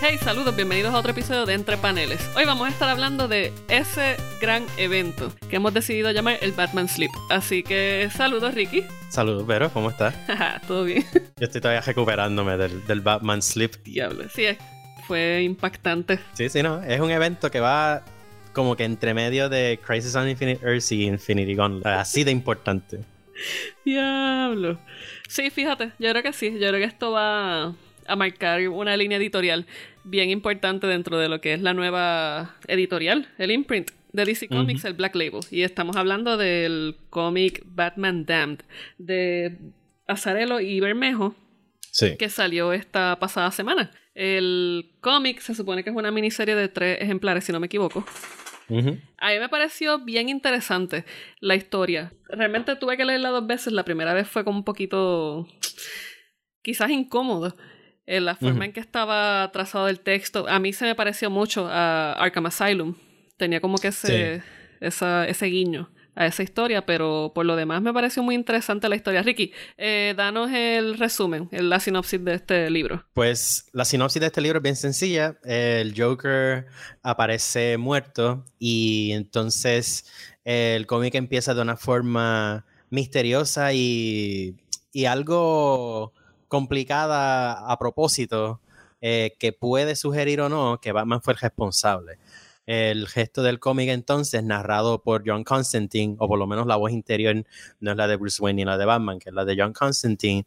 Hey, saludos, bienvenidos a otro episodio de Entre Paneles. Hoy vamos a estar hablando de ese gran evento que hemos decidido llamar el Batman Sleep. Así que saludos, Ricky. Saludos, Vero, ¿cómo estás? Todo bien. Yo estoy todavía recuperándome del Batman Sleep. Diablo, sí, fue impactante. Sí, no, es un evento que va como que entre medio de Crisis on Infinite Earths y Infinity Gauntlet. Así de importante. Diablo. Sí, fíjate, yo creo que sí. Yo creo que esto va a marcar una línea editorial bien importante dentro de lo que es la nueva editorial, el imprint de DC Comics, el Black Label. Y estamos hablando del cómic Batman Damned de Azzarello y Bermejo, sí, que salió esta pasada semana. El cómic se supone que es una miniserie de 3 ejemplares, si no me equivoco. A mí me pareció bien interesante la historia. Realmente tuve que leerla 2 veces. La primera vez fue como un poquito, quizás incómodo, en la forma en que estaba trazado el texto. A mí se me pareció mucho a Arkham Asylum. Tenía como que ese guiño a esa historia, pero por lo demás me pareció muy interesante la historia. Ricky, danos el resumen, la sinopsis de este libro. Pues la sinopsis de este libro es bien sencilla. El Joker aparece muerto y entonces el cómic empieza de una forma misteriosa y algo complicada a propósito, que puede sugerir o no que Batman fue el responsable. El gesto del cómic entonces, narrado por John Constantine, o por lo menos la voz interior no es la de Bruce Wayne ni la de Batman, que es la de John Constantine,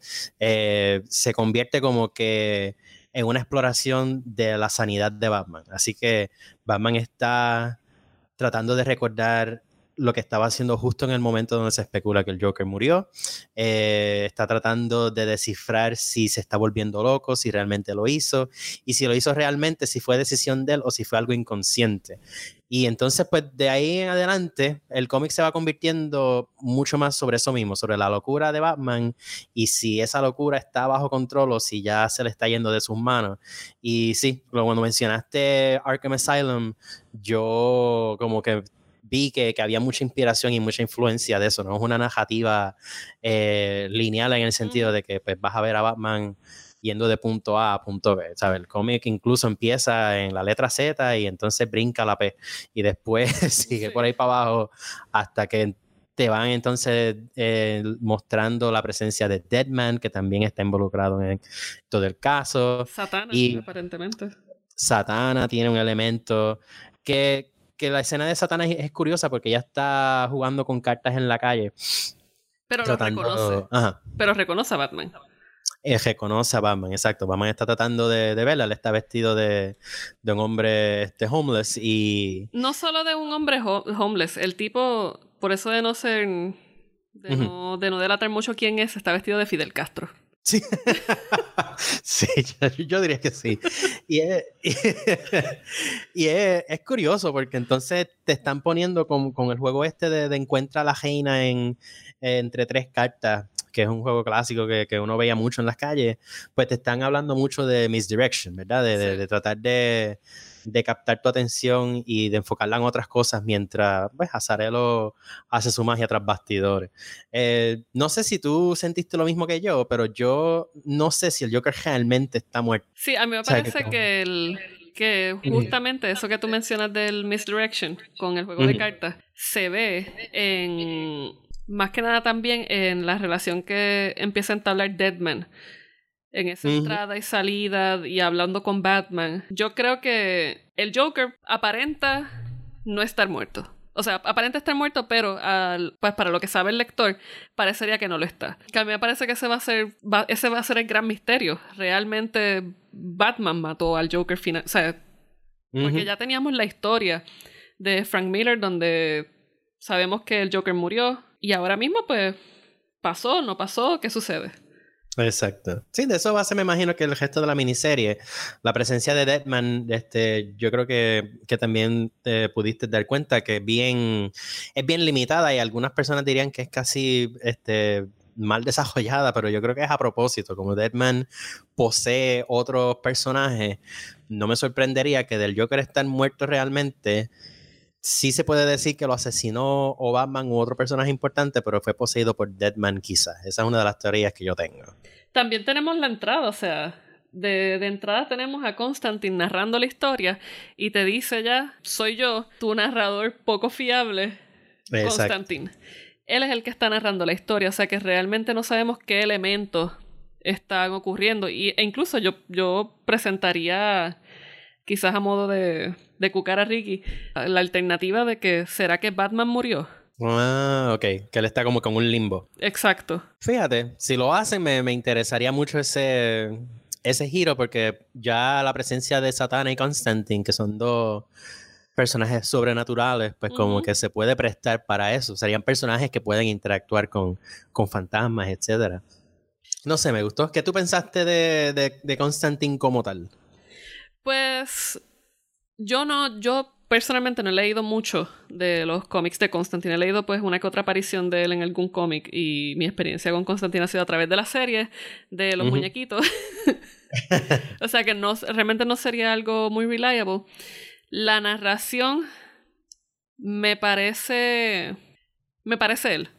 se convierte como que en una exploración de la sanidad de Batman. Así que Batman está tratando de recordar lo que estaba haciendo justo en el momento donde se especula que el Joker murió. Está tratando de descifrar si se está volviendo loco, si realmente lo hizo, y si lo hizo realmente, si fue decisión de él o si fue algo inconsciente. Y entonces, pues de ahí en adelante, el cómic se va convirtiendo mucho más sobre eso mismo, sobre la locura de Batman y si esa locura está bajo control o si ya se le está yendo de sus manos. Y sí, cuando mencionaste Arkham Asylum, yo como que vi que había mucha inspiración y mucha influencia de eso, ¿no? Es una narrativa lineal en el sentido de que pues, vas a ver a Batman yendo de punto A a punto B, ¿sabes? El cómic incluso empieza en la letra Z y entonces brinca la P y después sigue por ahí para abajo hasta que te van entonces mostrando la presencia de Deadman, que también está involucrado en todo el caso. Satana, y aparentemente. Satana tiene un elemento que la escena de Satana es curiosa porque ella está jugando con cartas en la calle. Pero lo reconoce. Ajá. Pero reconoce a Batman. Reconoce a Batman, exacto. Batman está tratando de verla. Él está vestido de un hombre homeless y... No solo de un hombre homeless. El tipo, por eso de no ser... De no delatar mucho quién es, está vestido de Fidel Castro. Sí, sí, yo diría que sí. Y es curioso porque entonces te están poniendo con el juego este de encuentra a la reina entre 3 cartas, que es un juego clásico que uno veía mucho en las calles, pues te están hablando mucho de misdirection, ¿verdad? De tratar de captar tu atención y de enfocarla en otras cosas mientras pues, Azzarello hace su magia tras bastidores. No sé si tú sentiste lo mismo que yo, pero yo no sé si el Joker realmente está muerto. Sí, a mí me parece que justamente eso que tú mencionas del misdirection con el juego de cartas se ve en... Más que nada también en la relación que empieza a entablar Deadman. En esa entrada y salida y hablando con Batman. Yo creo que el Joker aparenta no estar muerto. O sea, aparenta estar muerto, pero pues para lo que sabe el lector, parecería que no lo está. Que a mí me parece que ese va a ser el gran misterio. Realmente Batman mató al Joker final. O sea, porque ya teníamos la historia de Frank Miller donde sabemos que el Joker murió y ahora mismo pues pasó, no pasó, ¿qué sucede? Exacto. Sí, de eso base me imagino que el gesto de la miniserie, la presencia de Deadman, yo creo que también te pudiste dar cuenta que es bien limitada y algunas personas dirían que es casi mal desarrollada, pero yo creo que es a propósito. Como Deadman posee otros personajes, no me sorprendería que del Joker estar muerto realmente... Sí se puede decir que lo asesinó o Batman u otro personaje importante, pero fue poseído por Deadman quizás. Esa es una de las teorías que yo tengo. También tenemos la entrada, o sea, de entrada tenemos a Constantine narrando la historia y te dice ya, soy yo, tu narrador poco fiable, Constantine. Él es el que está narrando la historia, o sea que realmente no sabemos qué elementos están ocurriendo. E incluso yo presentaría, quizás a modo de cucar a Ricky, la alternativa de que ¿será que Batman murió? Ah, ok. Que él está como con un limbo. Exacto. Fíjate, si lo hacen me interesaría mucho ese giro, porque ya la presencia de Satana y Constantine, que son dos personajes sobrenaturales, pues como que se puede prestar para eso. Serían personajes que pueden interactuar con fantasmas, etcétera. No sé, me gustó. ¿Qué tú pensaste de Constantine como tal? Pues yo personalmente no he leído mucho de los cómics de Constantine. He leído pues una que otra aparición de él en algún cómic y mi experiencia con Constantine ha sido a través de la serie, de los muñequitos. O sea que realmente no sería algo muy reliable. La narración me parece él.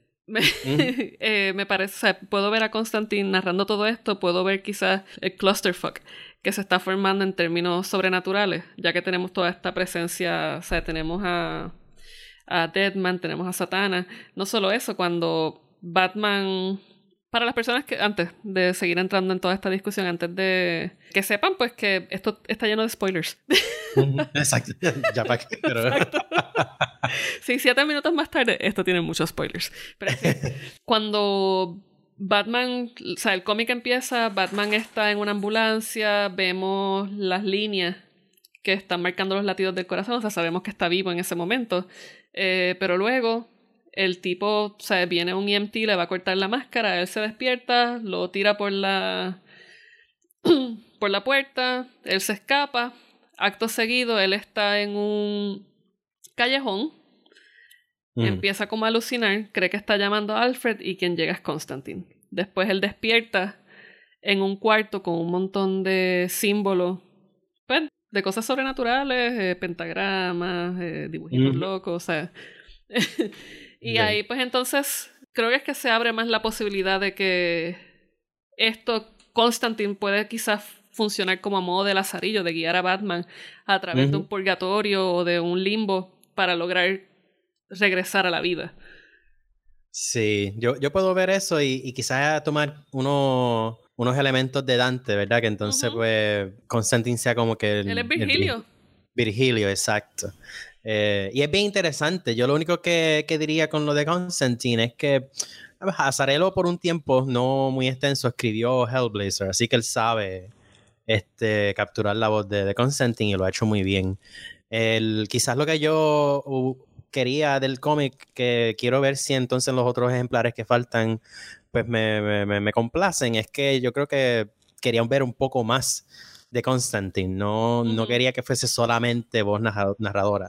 Me parece, o sea, puedo ver a Constantine narrando todo esto, puedo ver quizás el clusterfuck que se está formando en términos sobrenaturales, ya que tenemos toda esta presencia, o sea, tenemos a Deadman, tenemos a Satana. No solo eso, cuando Batman, para las personas que, antes de seguir entrando en toda esta discusión, antes de que sepan pues que esto está lleno de spoilers. Exacto, ya para qué, pero... Exacto. Sí, 7 minutos más tarde, esto tiene muchos spoilers. Pero sí, cuando Batman, o sea, el cómic empieza, Batman está en una ambulancia, vemos las líneas que están marcando los latidos del corazón, o sea, sabemos que está vivo en ese momento, pero luego el tipo, o sea, viene un EMT, le va a cortar la máscara, él se despierta, lo tira por la por la puerta, él se escapa, acto seguido él está en un callejón, empieza como a alucinar, cree que está llamando a Alfred y quien llega es Constantine. Después él despierta en un cuarto con un montón de símbolos, pues, de cosas sobrenaturales, pentagramas, dibujitos locos, o sea. Y ahí pues entonces creo que es que se abre más la posibilidad de que Constantine puede quizás funcionar como a modo de lazarillo, de guiar a Batman a través de un purgatorio o de un limbo para lograr regresar a la vida. Sí, yo puedo ver eso y quizás tomar unos elementos de Dante, ¿verdad? Que entonces pues Constantine sea como que él es Virgilio. Virgilio, exacto. Y es bien interesante. Yo lo único que diría con lo de Constantine es que Azzarello por un tiempo no muy extenso escribió Hellblazer, así que él sabe capturar la voz de Constantine y lo ha hecho muy bien. Quizás lo que yo quería del cómic, que quiero ver si entonces los otros ejemplares que faltan pues me complacen, es que yo creo que querían ver un poco más de Constantine, no quería que fuese solamente voz narradora.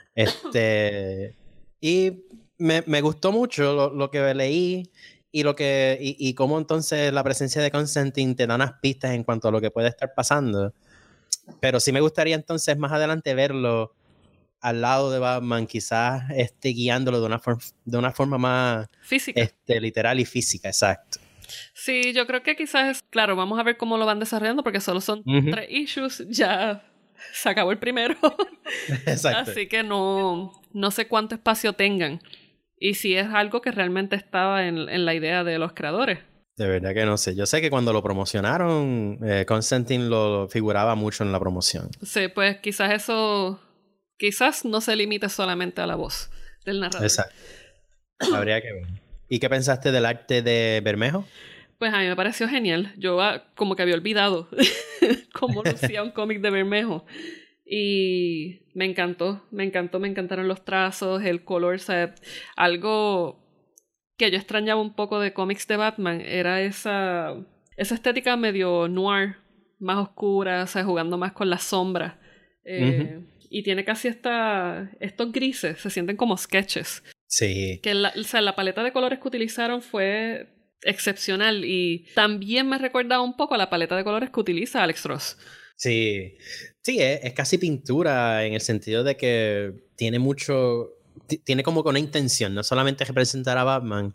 Y me gustó mucho lo que leí y cómo entonces la presencia de Constantine te da unas pistas en cuanto a lo que puede estar pasando. Pero sí me gustaría entonces más adelante verlo al lado de Batman, quizás guiándolo de una forma más física, literal y física, exacto. Sí, yo creo que quizás, claro, vamos a ver cómo lo van desarrollando porque solo son 3 issues, ya se acabó el primero. Exacto. Así que no sé cuánto espacio tengan y si es algo que realmente estaba en la idea de los creadores. De verdad que no sé. Yo sé que cuando lo promocionaron, Constantine lo figuraba mucho en la promoción. Sí, pues quizás no se limite solamente a la voz del narrador. Exacto. Habría que ver. ¿Y qué pensaste del arte de Bermejo? Pues a mí me pareció genial. Yo como que había olvidado cómo lucía un cómic de Bermejo. Y me encantaron los trazos, el color, o sea, algo que yo extrañaba un poco de cómics de Batman era esa estética medio noir, más oscura, o sea, jugando más con las sombras. Y tiene casi estos grises, se sienten como sketches. Sí. Que la paleta de colores que utilizaron fue excepcional y también me recuerda un poco a la paleta de colores que utiliza Alex Ross. Sí, es casi pintura en el sentido de que tiene mucho tiene como que una intención, no solamente representar a Batman,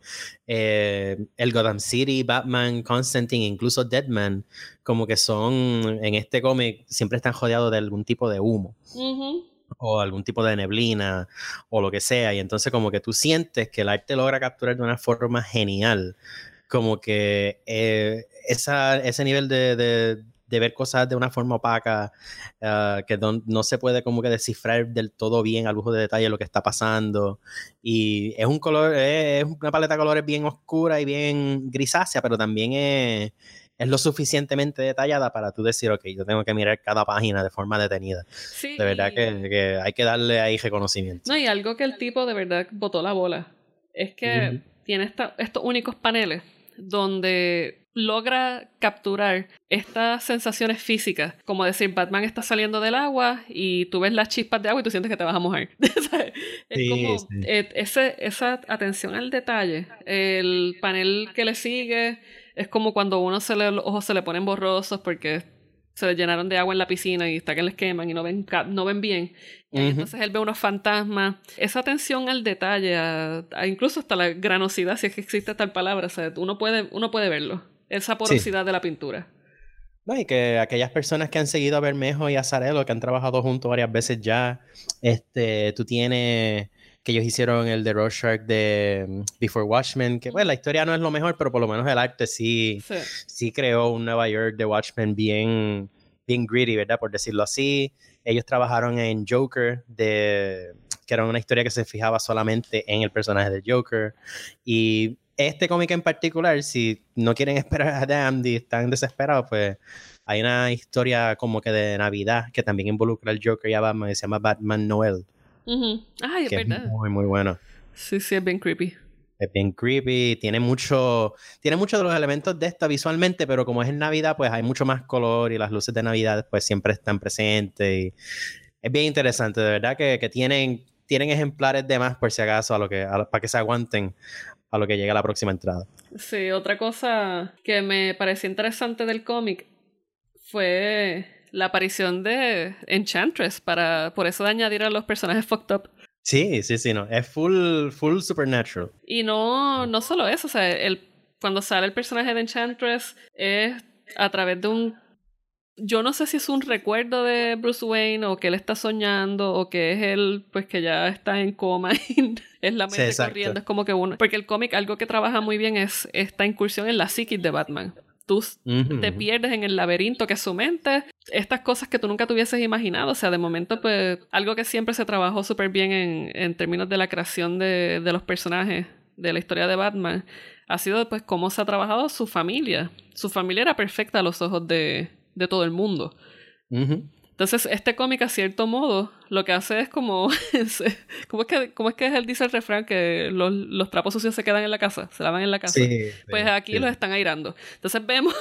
el Gotham City, Batman, Constantine, incluso Deadman, como que son, en este cómic, siempre están rodeados de algún tipo de humo. O algún tipo de neblina, o lo que sea, y entonces como que tú sientes que el arte logra capturar de una forma genial, como que ese nivel de ver cosas de una forma opaca, que no se puede como que descifrar del todo bien al lujo de detalle lo que está pasando, y es un color, es una paleta de colores bien oscura y bien grisácea, pero también es lo suficientemente detallada para tú decir, ok, yo tengo que mirar cada página de forma detenida. Sí, De verdad que hay que darle ahí reconocimiento. no, y algo que el tipo de verdad botó la bola es que tiene estos únicos paneles donde logra capturar estas sensaciones físicas, como decir, Batman está saliendo del agua y tú ves las chispas de agua y tú sientes que te vas a mojar. Es como esa atención al detalle. El panel que le sigue es como cuando los ojos se le ponen borrosos porque se le llenaron de agua en la piscina y está que les queman y no ven bien. Y entonces él ve unos fantasmas. Esa atención al detalle, incluso hasta la granosidad, si es que existe tal palabra, o sea, uno puede verlo. Esa porosidad de la pintura. No, y que aquellas personas que han seguido a Bermejo y a Sarelo, que han trabajado juntos varias veces ya, tú tienes que ellos hicieron el de Rorschach de Before Watchmen, que pues la historia no es lo mejor, pero por lo menos el arte sí creó un Nueva York de Watchmen bien gritty, ¿verdad? Por decirlo así. Ellos trabajaron en Joker, que era una historia que se fijaba solamente en el personaje de Joker. Y este cómic en particular, si no quieren esperar a Damned y están desesperados, pues hay una historia como que de Navidad que también involucra al Joker y a Batman, que se llama Batman Noel. Ay, es verdad. Es muy, muy bueno. Sí, es bien creepy. Es bien creepy, tiene mucho de los elementos de esta visualmente, pero como es en Navidad, pues hay mucho más color y las luces de Navidad pues siempre están presentes. Y es bien interesante, de verdad que tienen ejemplares de más por si acaso para que se aguanten a lo que llega la próxima entrada. Sí, otra cosa que me pareció interesante del cómic fue la aparición de Enchantress por eso de añadir a los personajes fucked up. Sí, no, es full supernatural. Y no solo eso, o sea, cuando sale el personaje de Enchantress es a través de yo no sé si es un recuerdo de Bruce Wayne o que él está soñando o que es él pues que ya está en coma y es la mente corriendo, es como que porque el cómic algo que trabaja muy bien es esta incursión en la psiquis de Batman. Tú te pierdes en el laberinto que es su mente, estas cosas que tú nunca te hubieses imaginado, o sea, de momento pues algo que siempre se trabajó súper bien en términos de la creación de los personajes de la historia de Batman ha sido pues cómo se ha trabajado su familia era perfecta a los ojos de todo el mundo. Entonces este cómic a cierto modo lo que hace es como ¿cómo es que él dice el refrán que los trapos sucios se quedan en la casa, se lavan en la casa? Pues aquí los están airando. Entonces vemos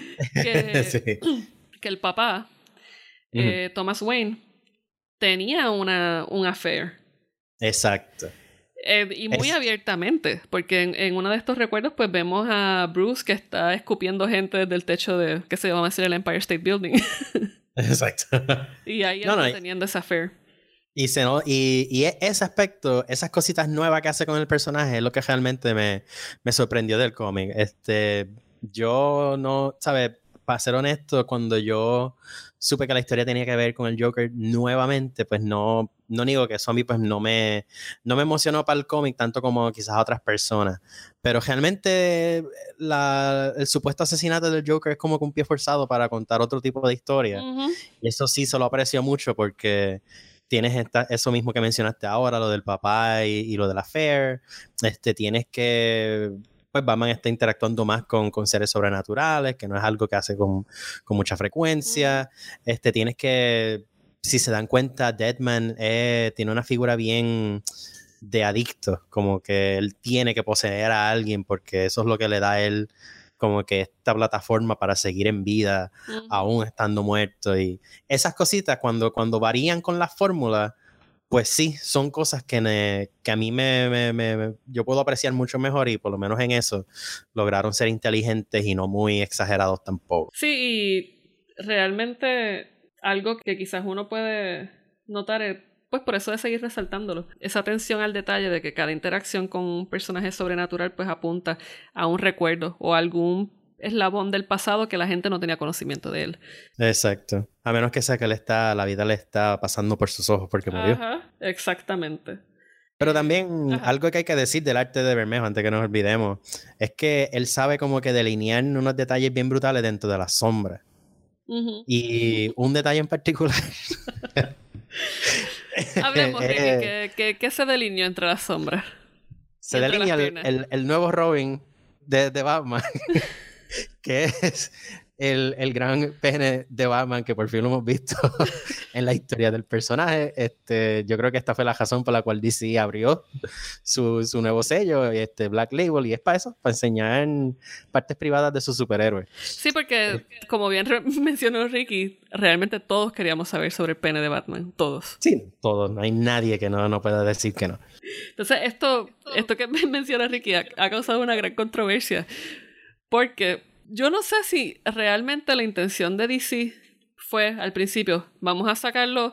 que el papá Thomas Wayne tenía un affair. Exacto. Y muy abiertamente, porque en uno de estos recuerdos pues vemos a Bruce que está escupiendo gente desde el techo de, qué se llama, el Empire State Building. Exacto. Y ahí está teniendo esa affair. Y ese aspecto, esas cositas nuevas que hace con el personaje es lo que realmente me sorprendió del cómic. Yo no, ¿sabes? Para ser honesto, cuando yo supe que la historia tenía que ver con el Joker nuevamente, pues no niego que eso a mí pues no me emocionó para el cómic tanto como quizás a otras personas. Pero realmente el supuesto asesinato del Joker es como que un pie forzado para contar otro tipo de historia. Y eso sí se lo aprecio mucho porque tienes eso mismo que mencionaste ahora, lo del papá y lo de la affair. Tienes que... pues Batman está interactuando más con seres sobrenaturales, que no es algo que hace con mucha frecuencia. Tienes que, si se dan cuenta, Deadman tiene una figura bien de adicto, como que él tiene que poseer a alguien porque eso es lo que le da a él como que esta plataforma para seguir en vida, aún estando muerto. Y esas cositas, cuando varían con la fórmula, pues sí, son cosas que a mí yo puedo apreciar mucho mejor y por lo menos en eso lograron ser inteligentes y no muy exagerados tampoco. Sí, y realmente algo que quizás uno puede notar es pues por eso de seguir resaltándolo. Esa atención al detalle de que cada interacción con un personaje sobrenatural pues apunta a un recuerdo o a algún eslabón del pasado que la gente no tenía conocimiento de él. Exacto. A menos que sea que la vida le está pasando por sus ojos porque murió. Ajá, exactamente. Pero también algo que hay que decir del arte de Bermejo, antes que nos olvidemos, es que él sabe como que delinear unos detalles bien brutales dentro de las sombras. Y un detalle en particular... Hablemos, Ricky, ¿qué se delineó entre las sombras? Se delinea el nuevo Robin de Batman, que es el gran pene de Batman que por fin lo hemos visto en la historia del personaje. Yo creo que esta fue la razón por la cual DC abrió su nuevo sello, Black Label, y es para eso, para enseñar partes privadas de sus superhéroes. Sí, porque como bien mencionó Ricky, realmente todos queríamos saber sobre el pene de Batman, todos. Sí, todos, no hay nadie que no pueda decir que no. Entonces esto que menciona Ricky ha causado una gran controversia, porque yo no sé si realmente la intención de DC fue al principio, vamos a sacarlo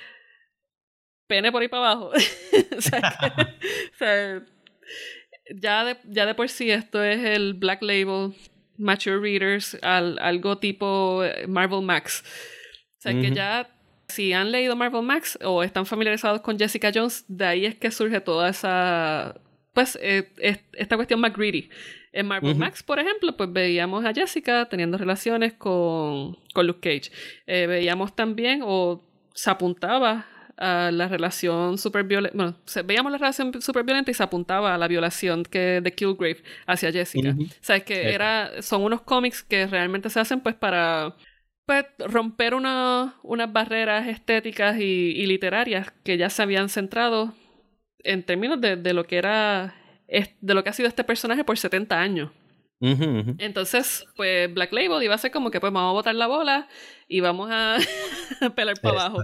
pene por ahí para abajo. o sea, ya de por sí esto es el Black Label, Mature Readers, algo tipo Marvel Max. O sea, que ya si han leído Marvel Max o están familiarizados con Jessica Jones, de ahí es que surge toda esa... pues esta cuestión más greedy. En Marvel Max, por ejemplo, pues veíamos a Jessica teniendo relaciones con Luke Cage. Veíamos también, o se apuntaba a la relación súper violenta. Bueno, veíamos la relación súper violenta y se apuntaba a la violación de Killgrave hacia Jessica. O sea, es que son unos cómics que realmente se hacen pues para romper unas barreras estéticas y literarias que ya se habían centrado en términos de lo que era... de lo que ha sido este personaje por 70 años. Entonces, pues Black Label iba a ser como que pues vamos a botar la bola y vamos a pelar para abajo.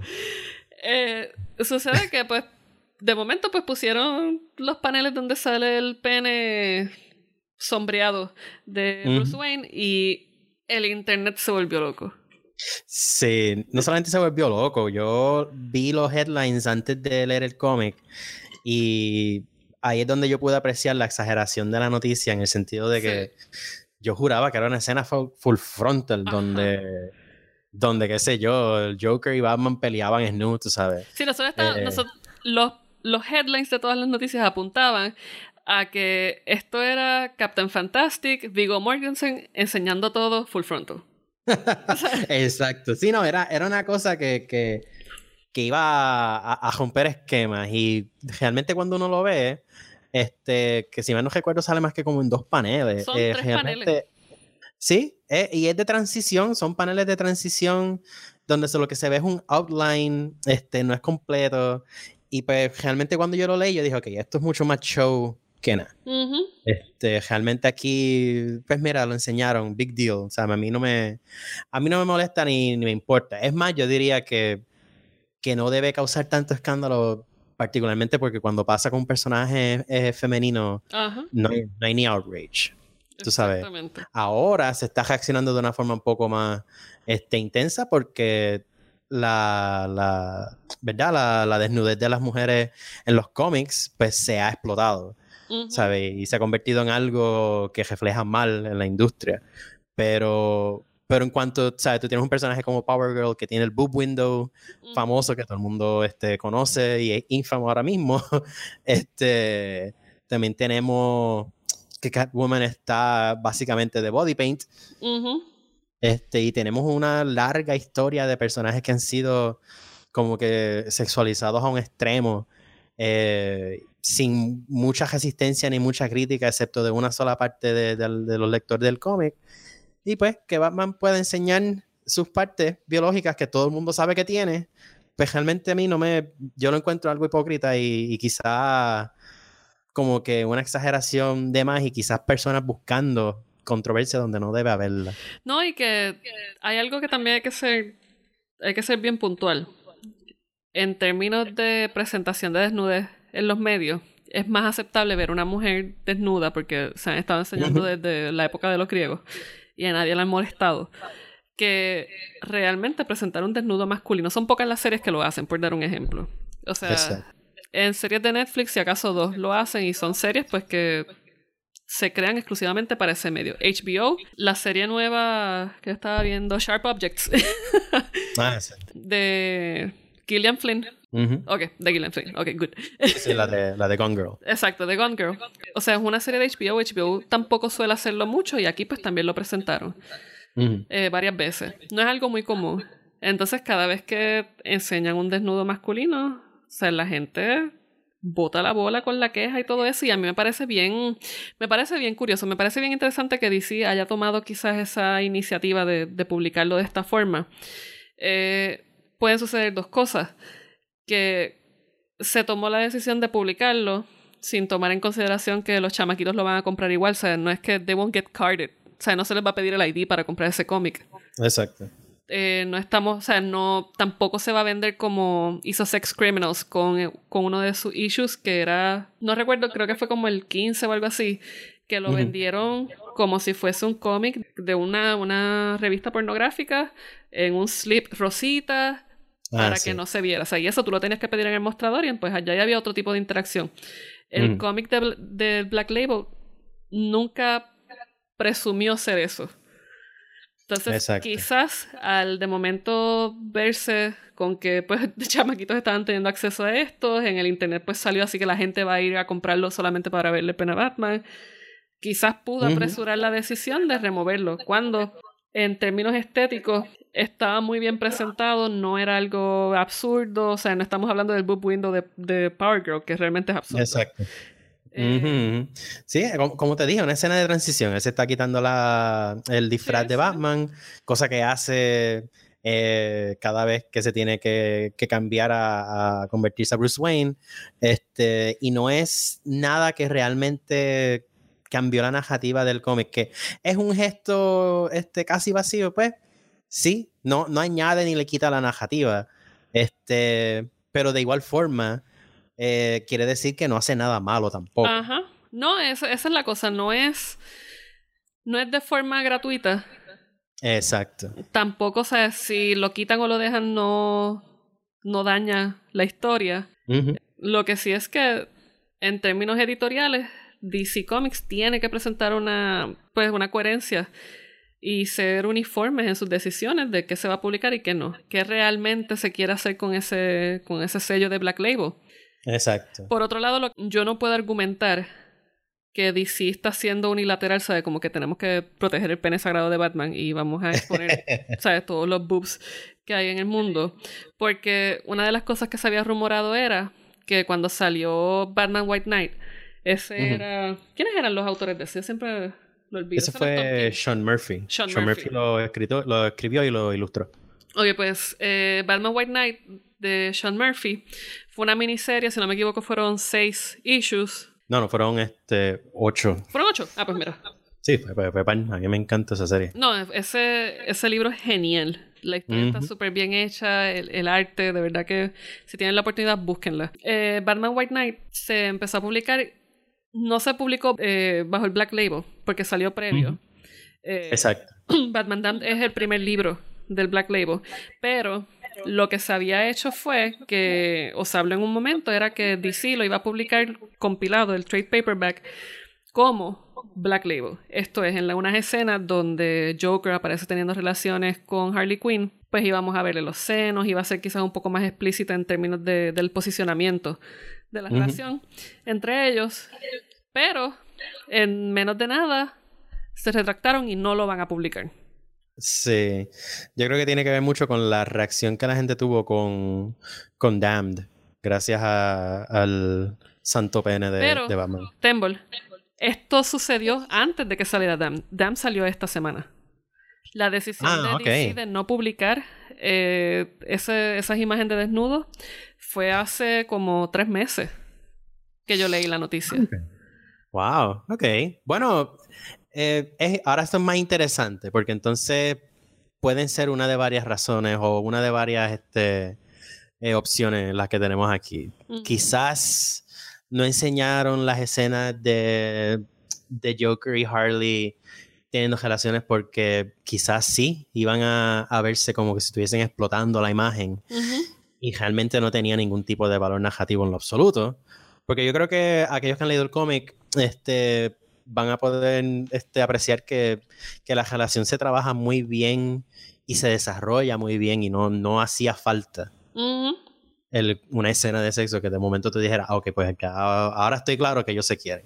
Sucede que pues de momento pues pusieron los paneles donde sale el pene sombreado de Bruce Wayne y el internet se volvió loco. Sí, no solamente se volvió loco, yo vi los headlines antes de leer el cómic y ahí es donde yo pude apreciar la exageración de la noticia, en el sentido de que yo juraba que era una escena full frontal, donde, qué sé yo, el Joker y Batman peleaban en nu, tú sabes. Sí, los headlines de todas las noticias apuntaban a que esto era Captain Fantastic, Viggo Mortensen enseñando todo full frontal. Exacto. Sí, no, era una cosa que iba a romper esquemas, y realmente cuando uno lo ve, que si mal no recuerdo sale más que como en 2 paneles. Son 3 paneles. Sí, y es de transición, son paneles de transición donde lo que se ve es un outline, no es completo, y pues realmente cuando yo lo leí yo dije, ok, esto es mucho más show que nada. Realmente aquí, pues mira, lo enseñaron, big deal, o sea, a mí no me molesta ni me importa. Es más, yo diría que no debe causar tanto escándalo, particularmente porque cuando pasa con un personaje femenino, no hay ni outrage, tú sabes. Ahora se está reaccionando de una forma un poco más intensa porque la desnudez de las mujeres en los cómics pues se ha explotado, ¿sabes? Y se ha convertido en algo que refleja mal en la industria. Pero en cuanto, ¿sabes? Tú tienes un personaje como Power Girl que tiene el boob window famoso que todo el mundo conoce y es ínfamo ahora mismo. También tenemos que Catwoman está básicamente de body paint. Y tenemos una larga historia de personajes que han sido como que sexualizados a un extremo, sin mucha resistencia ni mucha crítica, excepto de una sola parte de los lectores del cómic. Y pues que Batman pueda enseñar sus partes biológicas que todo el mundo sabe que tiene, pues realmente a mí yo lo encuentro algo hipócrita y quizá como que una exageración de más, y quizás personas buscando controversia donde no debe haberla. No, y que hay algo que también hay que ser bien puntual. En términos de presentación de desnudez en los medios, es más aceptable ver una mujer desnuda porque se han estado enseñando desde la época de los griegos y a nadie le han molestado, que realmente presentar un desnudo masculino. Son pocas las series que lo hacen, por dar un ejemplo. O sea, Exacto. en series de Netflix, si acaso 2 lo hacen y son series pues que se crean exclusivamente para ese medio. HBO, la serie nueva que estaba viendo, Sharp Objects, Sí. de Gillian Flynn. Ok, de Gillian Flynn. Ok, good. Sí, la de Gone Girl. Exacto, de Gone Girl. O sea, es una serie de HBO. HBO tampoco suele hacerlo mucho y aquí pues también lo presentaron varias veces. No es algo muy común. Entonces, cada vez que enseñan un desnudo masculino, o sea, la gente bota la bola con la queja y todo eso, y a mí me parece bien curioso, me parece bien interesante que DC haya tomado quizás esa iniciativa de publicarlo de esta forma. Pueden suceder dos cosas, que se tomó la decisión de publicarlo sin tomar en consideración que los chamaquitos lo van a comprar igual, o sea, no es que they won't get carded, o sea, no se les va a pedir el ID para comprar ese cómic. Exacto. No estamos, o sea, tampoco se va a vender como hizo Sex Criminals con uno de sus issues que era, no recuerdo, creo que fue como el 15 o algo así, que lo vendieron como si fuese un cómic de una revista pornográfica en un slip rosita para que no se viera, o sea, y eso tú lo tenías que pedir en el mostrador y pues allá ya había otro tipo de interacción. El cómic de Black Label nunca presumió ser eso. Entonces, quizás al de momento verse con que pues chamaquitos estaban teniendo acceso a estos, en el internet pues salió así que la gente va a ir a comprarlo solamente para verle pena a Batman, quizás pudo apresurar la decisión de removerlo, cuando en términos estéticos estaba muy bien presentado, no era algo absurdo, o sea, no estamos hablando del boob window de Power Girl, que realmente es absurdo. Exacto. Sí, como te dije, una escena de transición. Él se está quitando el disfraz de Batman, cosa que hace cada vez que se tiene que cambiar a convertirse a Bruce Wayne. Y no es nada que realmente cambió la narrativa del cómic, que es un gesto casi vacío, pues sí, no añade ni le quita la narrativa. Pero de igual forma quiere decir que no hace nada malo tampoco. Ajá. No, esa es la cosa. No es de forma gratuita. Exacto. Tampoco, o sea, si lo quitan o lo dejan, no daña la historia. Lo que sí es que, en términos editoriales, DC Comics tiene que presentar una coherencia y ser uniformes en sus decisiones de qué se va a publicar y qué no. Qué realmente se quiere hacer con ese sello de Black Label. Exacto. Por otro lado, yo no puedo argumentar que DC está siendo unilateral, ¿sabes? Como que tenemos que proteger el pene sagrado de Batman y vamos a exponer, ¿sabes? Todos los boobs que hay en el mundo. Porque una de las cosas que se había rumorado era que cuando salió Batman White Knight, ese era... ¿Quiénes eran los autores de ese? Yo siempre lo olvido. Ese fue Sean Murphy. Sean Murphy lo escribió y lo ilustró. Oye, pues Batman White Knight de Sean Murphy fue una miniserie, si no me equivoco fueron 6 issues. No, fueron 8. ¿Fueron 8? Ah, pues mira. Sí, a mí me encanta esa serie. No, ese libro es genial. La historia está súper bien hecha, el arte, de verdad que si tienen la oportunidad, búsquenla. Batman White Knight se empezó a publicar, no se publicó bajo el Black Label, porque salió previo. Exacto. Batman Damned es el primer libro del Black Label, pero lo que se había hecho fue que, o se habló en un momento, era que DC lo iba a publicar compilado, el trade paperback, como Black Label. Esto es, en unas escenas donde Joker aparece teniendo relaciones con Harley Quinn, pues íbamos a verle los senos, iba a ser quizás un poco más explícita en términos del posicionamiento de la relación entre ellos, pero en menos de nada se retractaron y no lo van a publicar. Sí, yo creo que tiene que ver mucho con la reacción que la gente tuvo con Damned, gracias al santo pene de Batman. Tembol, esto sucedió antes de que saliera Damned. Damned salió esta semana. La decisión de DC de no publicar esas imágenes de desnudo fue hace como 3 meses que yo leí la noticia. Wow, ok. Bueno, ahora esto es más interesante porque entonces pueden ser una de varias razones o una de varias opciones las que tenemos aquí. Quizás no enseñaron las escenas de Joker y Harley teniendo relaciones porque quizás sí iban a verse como que si estuviesen explotando la imagen. y realmente no tenía ningún tipo de valor narrativo en lo absoluto. Porque yo creo que aquellos que han leído el cómic van a poder apreciar que la relación se trabaja muy bien y se desarrolla muy bien y no hacía falta una escena de sexo que de momento tú dijeras, ok, pues ahora estoy claro que ellos se quieren.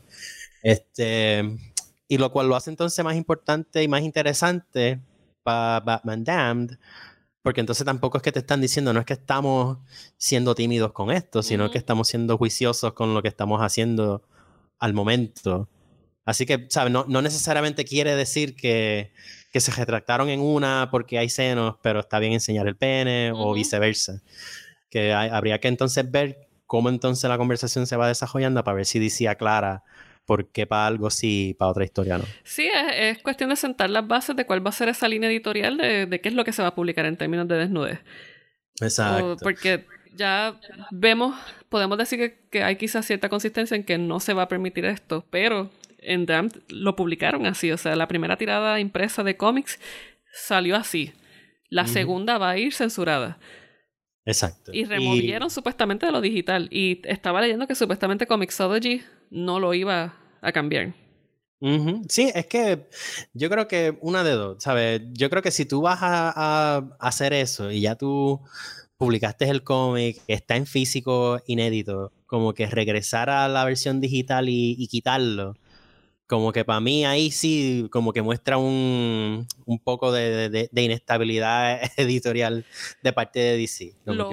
Y lo cual lo hace entonces más importante y más interesante para Batman Damned, porque entonces tampoco es que te están diciendo, no es que estamos siendo tímidos con esto, sino que estamos siendo juiciosos con lo que estamos haciendo al momento. Así que, ¿sabes? No necesariamente quiere decir que se retractaron en una porque hay senos, pero está bien enseñar el pene o viceversa. Que habría que entonces ver cómo entonces la conversación se va desarrollando para ver si DC aclara por qué para algo sí y para otra historia no. Sí, es cuestión de sentar las bases de cuál va a ser esa línea editorial de qué es lo que se va a publicar en términos de desnudez. Exacto. Porque ya podemos decir que hay quizás cierta consistencia en que no se va a permitir esto, pero en Damned lo publicaron así, o sea, la primera tirada impresa de cómics salió así. La segunda va a ir censurada. Exacto. Y removieron supuestamente de lo digital. Y estaba leyendo que supuestamente Comixology no lo iba a cambiar. Sí, es que yo creo que una de dos, ¿sabes? Yo creo que si tú vas a hacer eso y ya tú publicaste el cómic, está en físico inédito, como que regresar a la versión digital y quitarlo, como que para mí ahí sí, como que muestra un poco de inestabilidad editorial de parte de DC.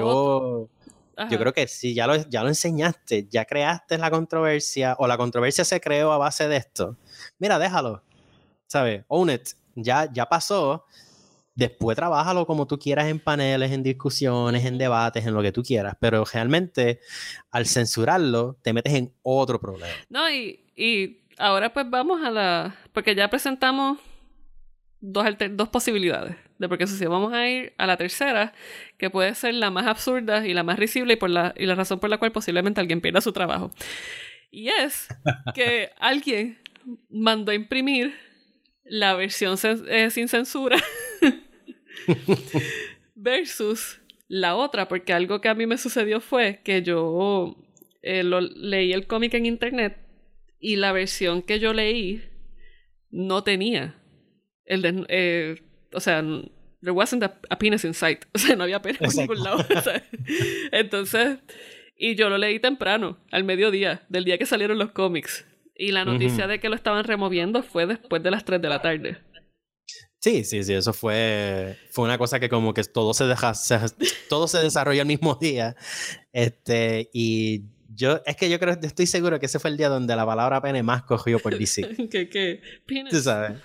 Yo creo que sí, ya lo enseñaste, ya creaste la controversia, o la controversia se creó a base de esto. Mira, déjalo, ¿sabes? Own it. Ya pasó. Después trabájalo como tú quieras en paneles, en discusiones, en debates, en lo que tú quieras. Pero realmente, al censurarlo, te metes en otro problema. No, y ahora pues vamos porque ya presentamos dos posibilidades de por qué sucedió. Vamos a ir a la tercera, que puede ser la más absurda y la más risible y la razón por la cual posiblemente alguien pierda su trabajo. Y es que alguien mandó a imprimir la versión sin censura versus la otra, porque algo que a mí me sucedió fue que yo leí el cómic en internet y la versión que yo leí no tenía o sea, there wasn't a penis in sight, o sea, no había pene por ningún lado, o sea. Entonces, y yo lo leí temprano, al mediodía, del día que salieron los cómics, y la noticia de que lo estaban removiendo fue después de las 3 de la tarde. Sí, eso fue una cosa que como que todo se desarrolló el mismo día. Y estoy seguro que ese fue el día donde la palabra pene más cogió por DC. ¿Qué? Penis. Tú sabes.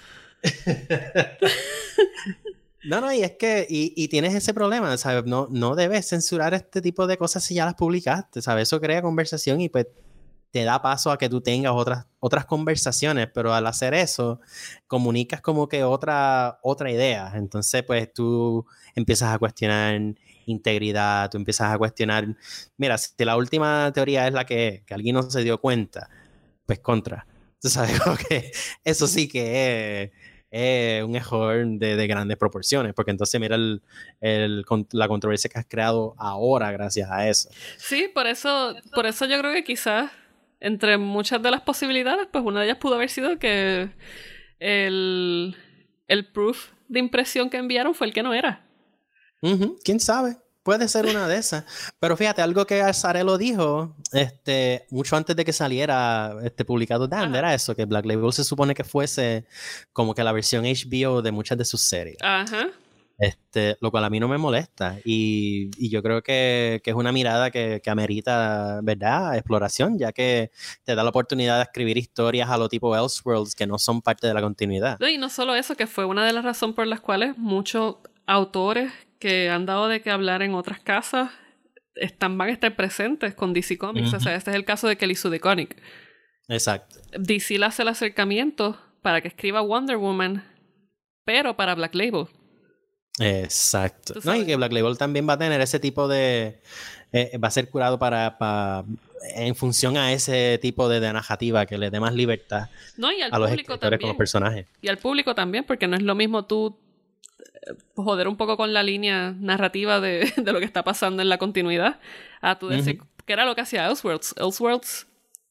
No, y es que y tienes ese problema, ¿sabes? No debes censurar este tipo de cosas si ya las publicaste, ¿sabes? Eso crea conversación y pues te da paso a que tú tengas otras conversaciones, pero al hacer eso, comunicas como que otra idea. Entonces, pues tú empiezas a cuestionar integridad, tú empiezas a cuestionar, mira, si la última teoría es la que alguien no se dio cuenta, pues contra. Tú sabes, como que eso sí que es un error de grandes proporciones, porque entonces mira la controversia que has creado ahora gracias a eso. Sí, por eso yo creo que quizás entre muchas de las posibilidades, pues una de ellas pudo haber sido que el proof de impresión que enviaron fue el que no era. ¿Quién sabe? Puede ser una de esas. Pero fíjate, algo que Azzarello dijo mucho antes de que saliera publicado Damned era eso, que Black Label se supone que fuese como que la versión HBO de muchas de sus series. Ajá. Lo cual a mí no me molesta y yo creo que es una mirada que amerita, ¿verdad?, exploración, ya que te da la oportunidad de escribir historias a lo tipo Elseworlds que no son parte de la continuidad. Y no solo eso, que fue una de las razones por las cuales muchos autores que han dado de qué hablar en otras casas van a estar presentes con DC Comics. O sea, este es el caso de Kelly Sue DeConnick. Exacto. DC le hace el acercamiento para que escriba Wonder Woman, pero para Black Label. Exacto. No, y que Black Label también va a tener ese tipo de... va a ser curado en función a ese tipo de narrativa que le dé más libertad y al a los público escritores también. con los personajes. Y al público también, porque no es lo mismo tú joder un poco con la línea narrativa de lo que está pasando en la continuidad. A tú decir que era lo que hacía Elseworlds. Elseworlds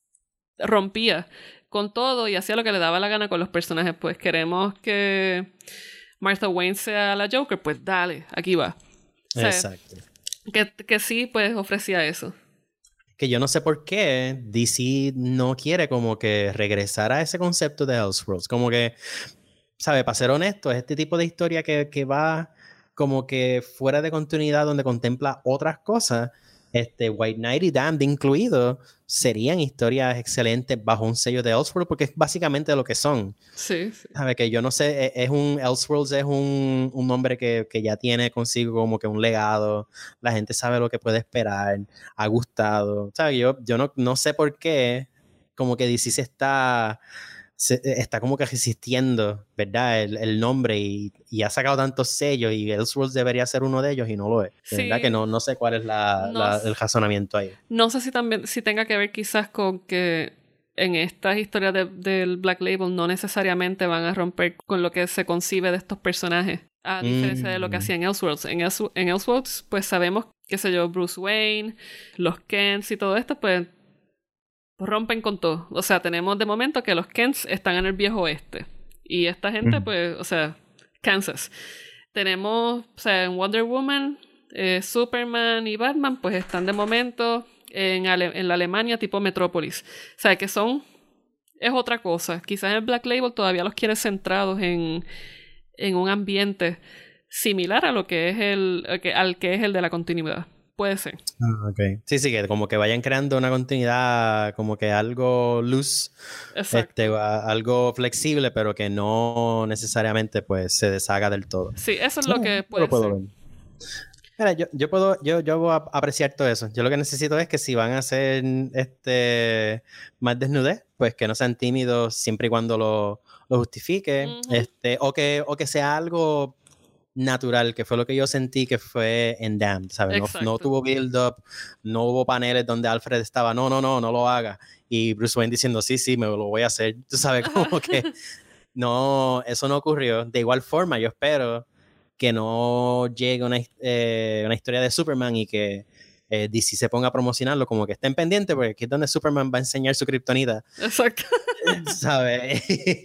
rompía con todo y hacía lo que le daba la gana con los personajes. Pues queremos que Martha Wayne sea la Joker, pues dale, aquí va. O sea, exacto. Que sí, pues ofrecía eso. Que yo no sé por qué DC no quiere como que regresar a ese concepto de Elseworlds. Como que, ¿sabe? Para ser honesto, es este tipo de historia que va como que fuera de continuidad, donde contempla otras cosas. White Knight y Damned incluido, serían historias excelentes bajo un sello de Elseworlds, porque es básicamente lo que son. Sí, sí. ¿Sabe? Que yo no sé, Elseworlds es un nombre que ya tiene consigo como que un legado, la gente sabe lo que puede esperar, ha gustado. ¿Sabe? Yo no sé por qué como que DC está como que resistiendo, ¿verdad? El nombre y ha sacado tantos sellos y Elseworlds debería ser uno de ellos y no lo es. De verdad que no sé cuál es el razonamiento ahí. No sé si tenga que ver quizás con que en estas historias del Black Label no necesariamente van a romper con lo que se concibe de estos personajes, a diferencia de lo que hacía en Elseworlds. En Elseworlds, pues sabemos, qué sé yo, Bruce Wayne, los Kents y todo esto, pues rompen con todo. O sea, tenemos de momento que los Kents están en el viejo oeste. Y esta gente, pues, o sea, Kansas. Tenemos, o sea, en Wonder Woman, Superman y Batman, pues están de momento en la Alemania tipo Metrópolis. O sea, que es otra cosa. Quizás el Black Label todavía los quiere centrados en un ambiente similar a lo que es al que es el de la continuidad. Puede ser. Okay. Sí, que como que vayan creando una continuidad, como que algo loose, algo flexible, pero que no necesariamente pues se deshaga del todo. Sí, eso es lo que puede ser. Ver. Mira, yo puedo apreciar todo eso. Yo lo que necesito es que si van a hacer más desnudez, pues que no sean tímidos siempre y cuando lo justifique, o que sea algo natural, que fue lo que yo sentí que fue en Damned, ¿sabes? No tuvo build-up, no hubo paneles donde Alfred estaba, no lo haga, y Bruce Wayne diciendo, sí, me lo voy a hacer, tú sabes, como que no, eso no ocurrió. De igual forma, yo espero que no llegue una historia de Superman y que DC se ponga a promocionarlo, como que estén pendientes, porque aquí es donde Superman va a enseñar su kriptonita. Exacto. ¿Sabes?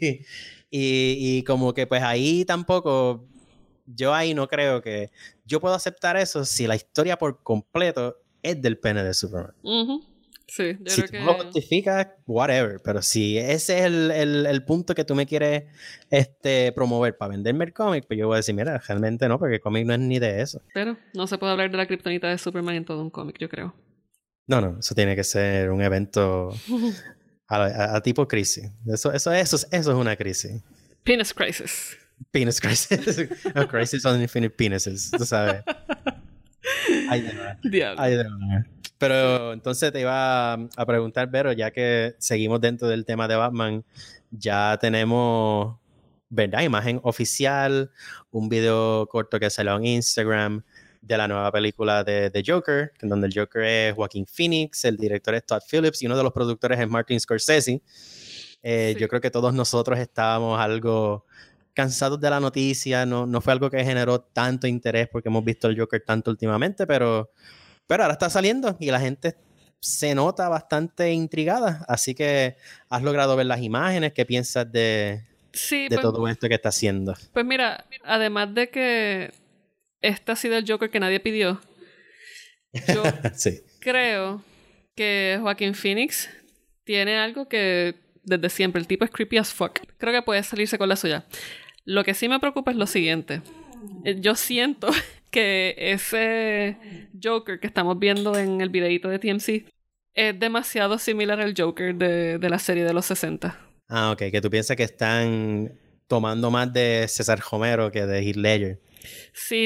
y como que pues ahí tampoco... Yo ahí no creo que... Yo puedo aceptar eso si la historia por completo es del pene de Superman. Sí, yo si creo tú lo justificas, whatever. Pero si ese es el punto que tú me quieres promover para venderme el cómic, pues yo voy a decir, mira, realmente no, porque el cómic no es ni de eso. Pero no se puede hablar de la kriptonita de Superman en todo un cómic, yo creo. No, eso tiene que ser un evento a tipo crisis. Eso es una crisis. Penis Crisis. Penis Crisis. A Crisis on Infinite Penises, tú sabes. Ay, de verdad. Pero entonces te iba a preguntar, Vero, ya que seguimos dentro del tema de Batman, ya tenemos, ¿verdad? Imagen oficial, un video corto que salió en Instagram de la nueva película de Joker, en donde el Joker es Joaquin Phoenix, el director es Todd Phillips y uno de los productores es Martin Scorsese. Sí. Yo creo que todos nosotros estábamos algo cansados de la noticia, no fue algo que generó tanto interés porque hemos visto el Joker tanto últimamente, pero ahora está saliendo y la gente se nota bastante intrigada, así que has logrado ver las imágenes. ¿Qué piensas de todo esto que está haciendo? Pues mira, además de que este ha sido el Joker que nadie pidió, yo creo que Joaquin Phoenix tiene algo que desde siempre, el tipo es creepy as fuck. Creo que puede salirse con la suya. Lo que sí me preocupa es lo siguiente. Yo siento que ese Joker que estamos viendo en el videíto de TMC es demasiado similar al Joker de la serie de los 60. Ah, ok. Que tú piensas que están tomando más de César Romero que de Heath Ledger. Sí,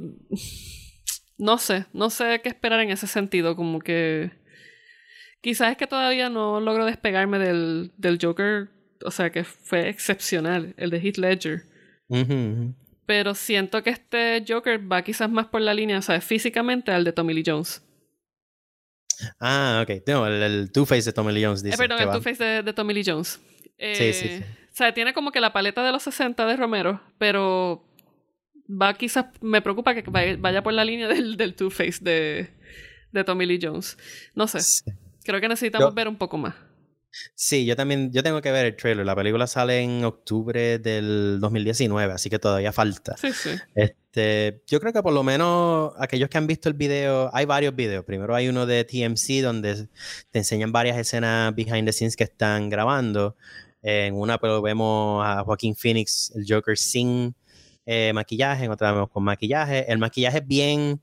no sé qué esperar en ese sentido. Como que quizás es que todavía no logro despegarme del Joker, o sea, que fue excepcional, el de Heath Ledger. Pero siento que este Joker va quizás más por la línea, o sea, físicamente al de Tommy Lee Jones. Ah, ok. No, el Two-Face de Tommy Lee Jones, dice. Perdón, el Two-Face de Tommy Lee Jones. Sí. O sea, tiene como que la paleta de los 60 de Romero, pero quizás, me preocupa que vaya por la línea del Two-Face de Tommy Lee Jones. No sé. Sí. Creo que necesitamos ver un poco más. Sí, yo tengo que ver el trailer. La película sale en octubre del 2019, así que todavía falta. Sí, sí. Yo creo que por lo menos aquellos que han visto el video, hay varios videos. Primero hay uno de TMC donde te enseñan varias escenas behind the scenes que están grabando. En una pues vemos a Joaquin Phoenix, el Joker, sin maquillaje, en otra vemos con maquillaje. El maquillaje es bien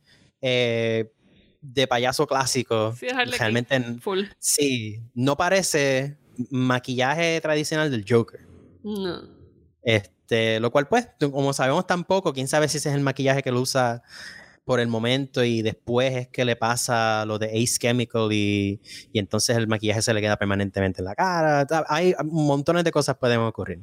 de payaso clásico. Sí, es Harley realmente Quinn, full. Sí, no parece maquillaje tradicional del Joker. No. Lo cual pues, como sabemos tampoco, quién sabe si ese es el maquillaje que él usa por el momento y después es que le pasa lo de Ace Chemical y entonces el maquillaje se le queda permanentemente en la cara. Hay montones de cosas que pueden ocurrir.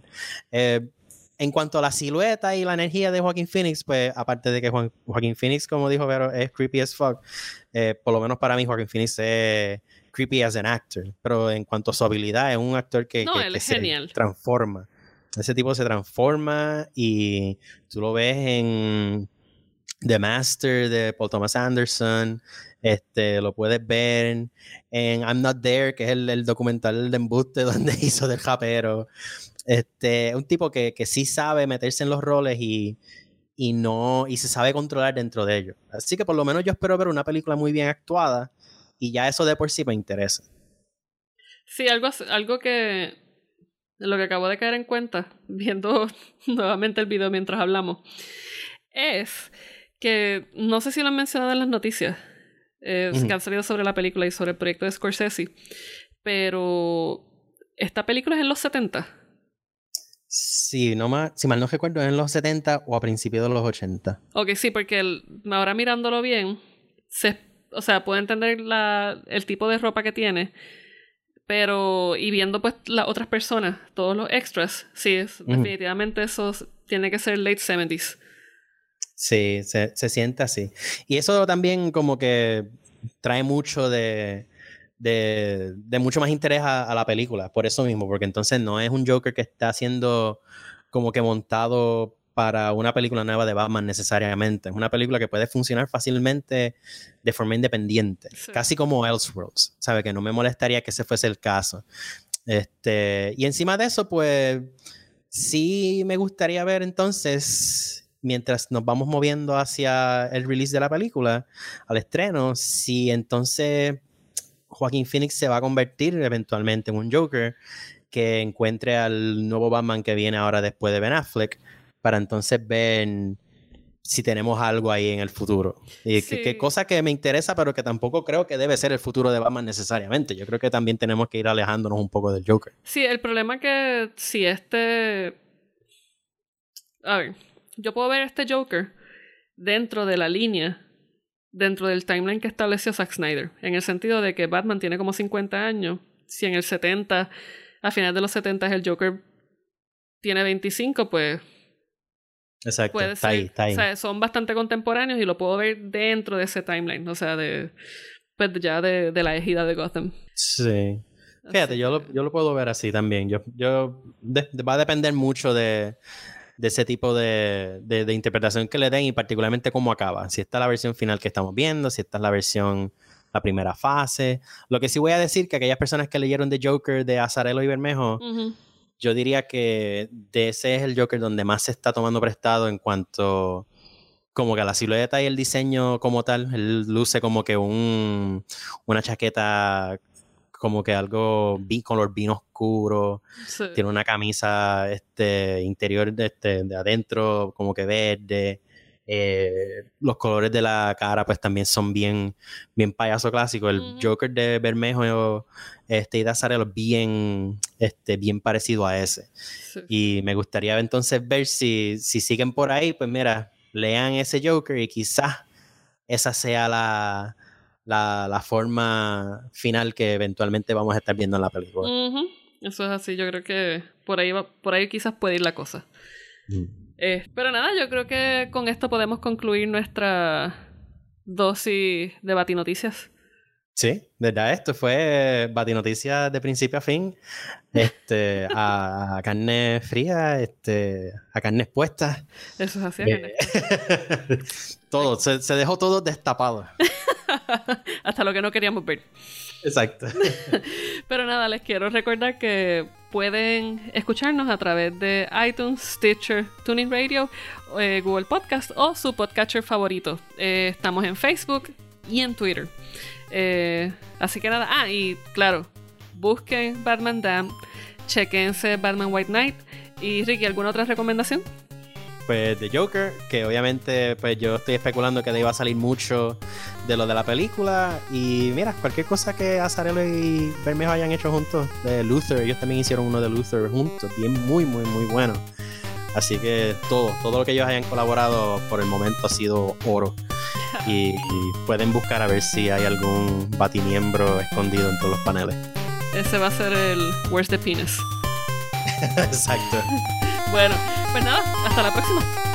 En cuanto a la silueta y la energía de Joaquin Phoenix, pues aparte de que Joaquin Phoenix, como dijo Vero, es creepy as fuck, por lo menos para mí Joaquin Phoenix es creepy as an actor, pero en cuanto a su habilidad es un actor que se genial. Transforma. Ese tipo se transforma y tú lo ves en The Master de Paul Thomas Anderson, lo puedes ver en I'm Not There, que es el documental de embuste donde hizo del rapero. Un tipo que sí sabe meterse en los roles y se sabe controlar dentro de ellos. Así que por lo menos yo espero ver una película muy bien actuada y ya eso de por sí me interesa. Sí, algo que lo que acabo de caer en cuenta viendo nuevamente el video mientras hablamos es que no sé si lo han mencionado en las noticias que han salido sobre la película y sobre el proyecto de Scorsese, pero esta película es en los 70. Sí, si mal no recuerdo, es en los 70 o a principios de los 80. Ok, sí, porque ahora mirándolo bien, o sea, puedo entender el tipo de ropa que tiene, pero y viendo pues las otras personas, todos los extras, sí, definitivamente eso tiene que ser late 70s. Sí, se siente así. Y eso también como que trae mucho de mucho más interés a la película, por eso mismo, porque entonces no es un Joker que está siendo como que montado para una película nueva de Batman necesariamente. Es una película que puede funcionar fácilmente de forma independiente, sí. Casi como Elseworlds, ¿sabe? Que no me molestaría que ese fuese el caso. Y encima de eso, pues sí me gustaría ver entonces, mientras nos vamos moviendo hacia el release de la película, al estreno, si entonces Joaquin Phoenix se va a convertir eventualmente en un Joker que encuentre al nuevo Batman que viene ahora después de Ben Affleck, para entonces ver si tenemos algo ahí en el futuro. Y sí. que cosa que me interesa, pero que tampoco creo que debe ser el futuro de Batman necesariamente. Yo creo que también tenemos que ir alejándonos un poco del Joker. Sí, el problema es que si a ver, yo puedo ver este Joker dentro de la línea, dentro del timeline que estableció Zack Snyder, en el sentido de que Batman tiene como 50 años, si en el 70, a finales de los 70 el Joker tiene 25, pues exacto, puede está ser, ahí. O sea, son bastante contemporáneos y lo puedo ver dentro de ese timeline, o sea, pues ya de la égida de Gotham. Sí. Fíjate, yo lo puedo ver así también. Va a depender mucho de ese tipo de interpretación que le den y particularmente cómo acaba. Si esta es la versión final que estamos viendo, si esta es la primera fase. Lo que sí voy a decir que aquellas personas que leyeron de Joker de Azzarello y Bermejo, yo diría que de ese es el Joker donde más se está tomando prestado en cuanto como que a la silueta y el diseño como tal. Él luce como que una chaqueta como que algo color vino oscuro, sí. Tiene una camisa interior de adentro como que verde, los colores de la cara pues también son bien payaso clásico. El Joker de Bermejo y de Azzarello bien parecido a ese, sí. Y me gustaría entonces ver si siguen por ahí, pues mira, lean ese Joker y quizás esa sea la forma final que eventualmente vamos a estar viendo en la película. Eso es así, yo creo que por ahí quizás puede ir la cosa. Pero nada, yo creo que con esto podemos concluir nuestra dosis de Batinoticias. Sí, verdad, esto fue Batinoticias de principio a fin, a carne fría, a carnes puestas. Eso es así, carne. Todo, se dejó todo destapado. Hasta lo que no queríamos ver. Exacto. Pero nada, les quiero recordar que pueden escucharnos a través de iTunes, Stitcher, TuneIn Radio, Google Podcast o su podcatcher favorito. Estamos en Facebook y en Twitter. Así que nada, y claro, busquen Batman Damned, chequense Batman White Knight. Y Ricky, ¿alguna otra recomendación? Pues de Joker, que obviamente pues yo estoy especulando que de ahí va a salir mucho de lo de la película. Y mira, cualquier cosa que Azzarello y Bermejo hayan hecho juntos, de Luther, ellos también hicieron uno de Luther juntos, bien muy bueno. Así que todo lo que ellos hayan colaborado por el momento ha sido oro. Y pueden buscar a ver si hay algún batimiembro escondido en todos los paneles. Ese va a ser el Where's the Penis. Exacto. Bueno, pues nada, hasta la próxima.